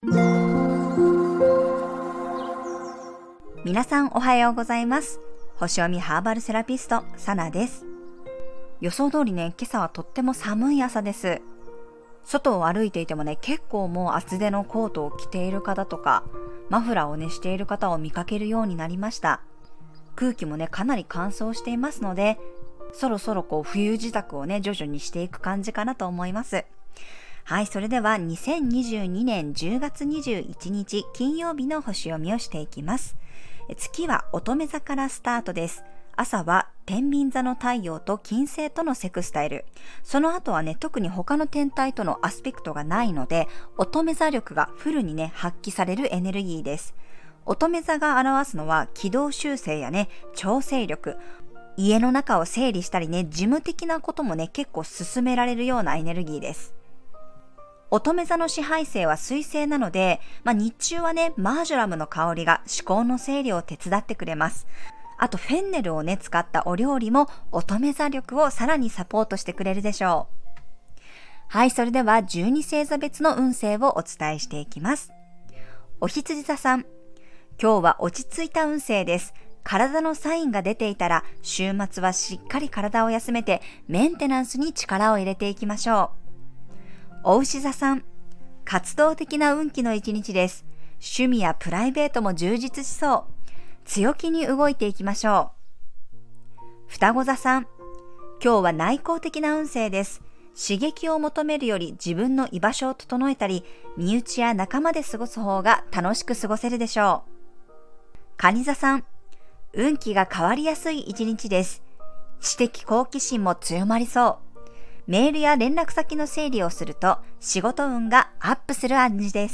皆さんおはようございます。星読みハーバルセラピストサナです。予想通りね、今朝はとっても寒い朝です。外を歩いていてもね、結構もう厚手のコートを着ている方とかマフラーをねしている方を見かけるようになりました。空気もねかなり乾燥していますので、そろそろ冬支度をね徐々にしていく感じかなと思います。はい、それでは2022年10月21日金曜日の星読みをしていきます。月は乙女座からスタートです。朝は天秤座の太陽と金星とのセクスタイル。その後はね、特に他の天体とのアスペクトがないので、乙女座力がフルにね、発揮されるエネルギーです。乙女座が表すのは軌道修正やね、調整力。家の中を整理したりね、事務的なこともね、結構進められるようなエネルギーです。乙女座の支配星は水星なので、日中はね、マージョラムの香りが思考の整理を手伝ってくれます。あとフェンネルをね、使ったお料理も乙女座力をさらにサポートしてくれるでしょう。はい、それでは12星座別の運勢をお伝えしていきます。お羊座さん、今日は落ち着いた運勢です。体のサインが出ていたら、週末はしっかり体を休めてメンテナンスに力を入れていきましょう。お牛座さん、活動的な運気の一日です。趣味やプライベートも充実しそう。強気に動いていきましょう。双子座さん、今日は内向的な運勢です。刺激を求めるより自分の居場所を整えたり、身内や仲間で過ごす方が楽しく過ごせるでしょう。蟹座さん、運気が変わりやすい一日です。知的好奇心も強まりそう。メールや連絡先の整理をすると仕事運がアップする感じです。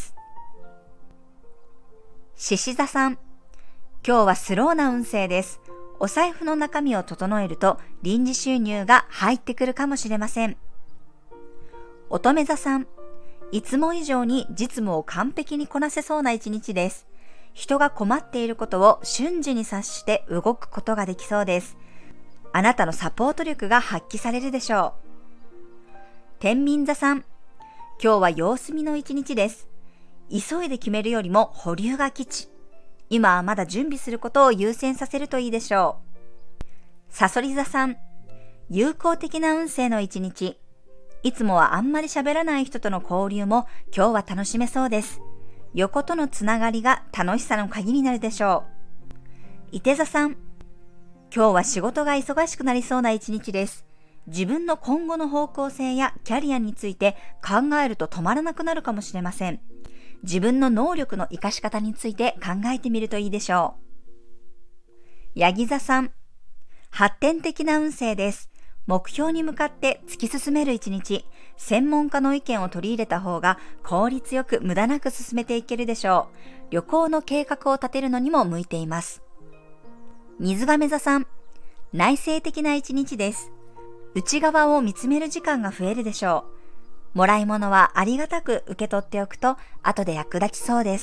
獅子座さん、今日はスローな運勢です。お財布の中身を整えると臨時収入が入ってくるかもしれません。乙女座さん、いつも以上に実務を完璧にこなせそうな一日です。人が困っていることを瞬時に察して動くことができそうです。あなたのサポート力が発揮されるでしょう。天秤座さん、今日は様子見の一日です。急いで決めるよりも保留が吉。今はまだ準備することを優先させるといいでしょう。蠍座さん、友好的な運勢の一日。いつもはあんまり喋らない人との交流も今日は楽しめそうです。横とのつながりが楽しさの鍵になるでしょう。射手座さん、今日は仕事が忙しくなりそうな一日です。自分の今後の方向性やキャリアについて考えると止まらなくなるかもしれません。自分の能力の活かし方について考えてみるといいでしょう。ヤギ座さん、発展的な運勢です。目標に向かって突き進める一日。専門家の意見を取り入れた方が効率よく無駄なく進めていけるでしょう。旅行の計画を立てるのにも向いています。水亀座さん、内省的な一日です。内側を見つめる時間が増えるでしょう。もらい物はありがたく受け取っておくと後で役立ちそうです。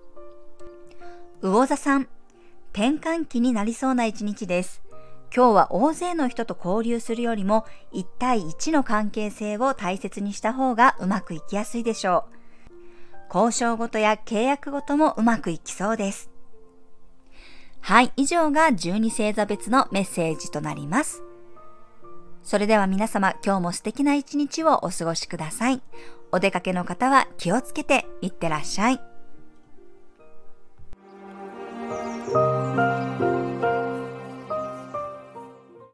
魚座さん、転換期になりそうな一日です。今日は大勢の人と交流するよりも1対1の関係性を大切にした方がうまくいきやすいでしょう。交渉事や契約事もうまくいきそうです。はい、以上が12星座別のメッセージとなります。それでは皆様、今日も素敵な一日をお過ごしください。お出かけの方は気をつけていってらっしゃい。